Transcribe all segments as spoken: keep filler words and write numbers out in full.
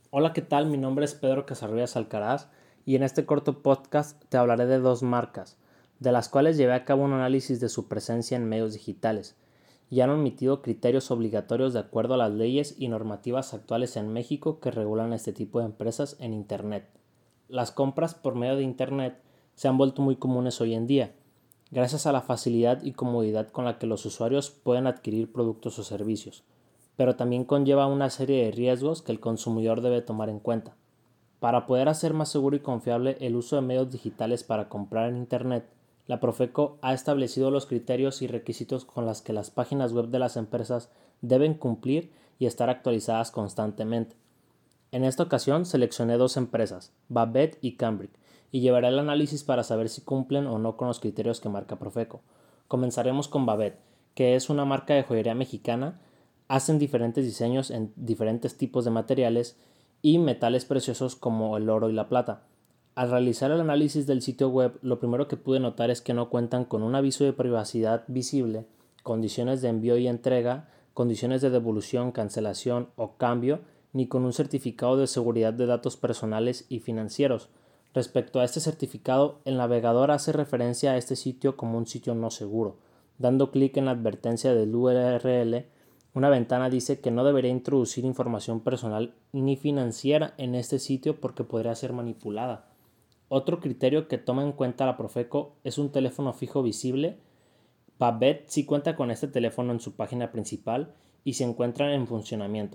Hola, ¿qué tal? Mi nombre es Pedro Casarrias Alcaraz y en este corto podcast te hablaré de dos marcas, de las cuales llevé a cabo un análisis de su presencia en medios digitales y han omitido criterios obligatorios de acuerdo a las leyes y normativas actuales en México que regulan este tipo de empresas en Internet. Las compras por medio de Internet se han vuelto muy comunes hoy en día, gracias a la facilidad y comodidad con la que los usuarios pueden adquirir productos o servicios, pero también conlleva una serie de riesgos que el consumidor debe tomar en cuenta. Para poder hacer más seguro y confiable el uso de medios digitales para comprar en Internet, la Profeco ha establecido los criterios y requisitos con los que las páginas web de las empresas deben cumplir y estar actualizadas constantemente. En esta ocasión seleccioné dos empresas, Babet y Cambric, y llevaré el análisis para saber si cumplen o no con los criterios que marca Profeco. Comenzaremos con Babet, que es una marca de joyería mexicana. Hacen diferentes diseños en diferentes tipos de materiales y metales preciosos como el oro y la plata. Al realizar el análisis del sitio web, lo primero que pude notar es que no cuentan con un aviso de privacidad visible, condiciones de envío y entrega, condiciones de devolución, cancelación o cambio, ni con un certificado de seguridad de datos personales y financieros. Respecto a este certificado, el navegador hace referencia a este sitio como un sitio no seguro. Dando clic en la advertencia del U R L, una ventana dice que no debería introducir información personal ni financiera en este sitio porque podría ser manipulada. Otro criterio que toma en cuenta la Profeco es un teléfono fijo visible. Babet sí cuenta con este teléfono en su página principal y se encuentra en funcionamiento.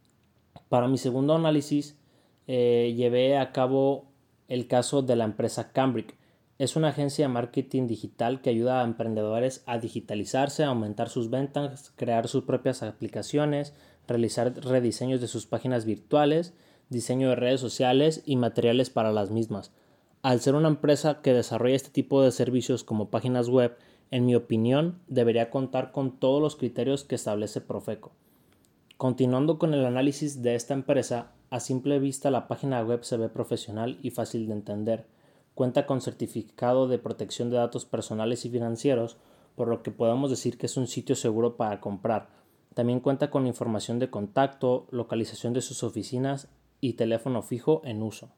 Para mi segundo análisis, eh, llevé a cabo el caso de la empresa Cambric. Es una agencia de marketing digital que ayuda a emprendedores a digitalizarse, a aumentar sus ventas, crear sus propias aplicaciones, realizar rediseños de sus páginas virtuales, diseño de redes sociales y materiales para las mismas. Al ser una empresa que desarrolla este tipo de servicios como páginas web, en mi opinión, debería contar con todos los criterios que establece Profeco. Continuando con el análisis de esta empresa, a simple vista la página web se ve profesional y fácil de entender. Cuenta con certificado de protección de datos personales y financieros, por lo que podemos decir que es un sitio seguro para comprar. También cuenta con información de contacto, localización de sus oficinas y teléfono fijo en uso.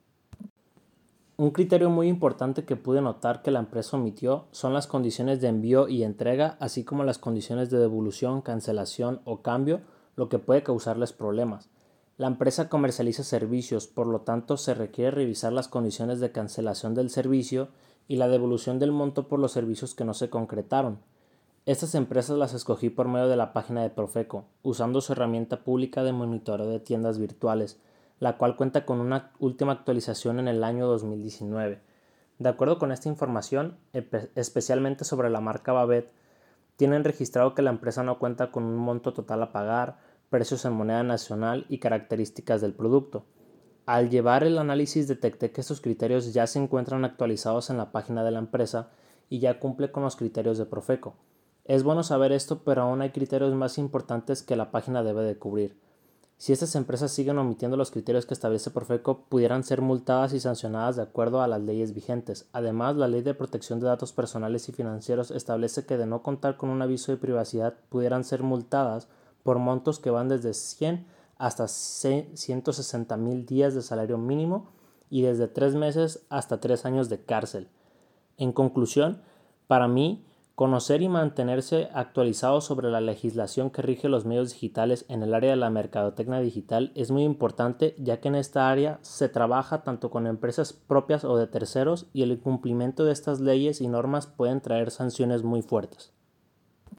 Un criterio muy importante que pude notar que la empresa omitió son las condiciones de envío y entrega, así como las condiciones de devolución, cancelación o cambio, lo que puede causarles problemas. La empresa comercializa servicios, por lo tanto se requiere revisar las condiciones de cancelación del servicio y la devolución del monto por los servicios que no se concretaron. Estas empresas las escogí por medio de la página de Profeco, usando su herramienta pública de monitoreo de tiendas virtuales, la cual cuenta con una última actualización en el año dos mil diecinueve. De acuerdo con esta información, especialmente sobre la marca Babet, tienen registrado que la empresa no cuenta con un monto total a pagar, precios en moneda nacional y características del producto. Al llevar el análisis detecté que estos criterios ya se encuentran actualizados en la página de la empresa y ya cumple con los criterios de Profeco. Es bueno saber esto, pero aún hay criterios más importantes que la página debe de cubrir. Si estas empresas siguen omitiendo los criterios que establece Profeco, pudieran ser multadas y sancionadas de acuerdo a las leyes vigentes. Además, la Ley de Protección de Datos Personales y Financieros establece que de no contar con un aviso de privacidad pudieran ser multadas por montos que van desde cien hasta ciento sesenta mil días de salario mínimo y desde tres meses hasta tres años de cárcel. En conclusión, para mí, conocer y mantenerse actualizado sobre la legislación que rige los medios digitales en el área de la mercadotecnia digital es muy importante, ya que en esta área se trabaja tanto con empresas propias o de terceros y el incumplimiento de estas leyes y normas pueden traer sanciones muy fuertes.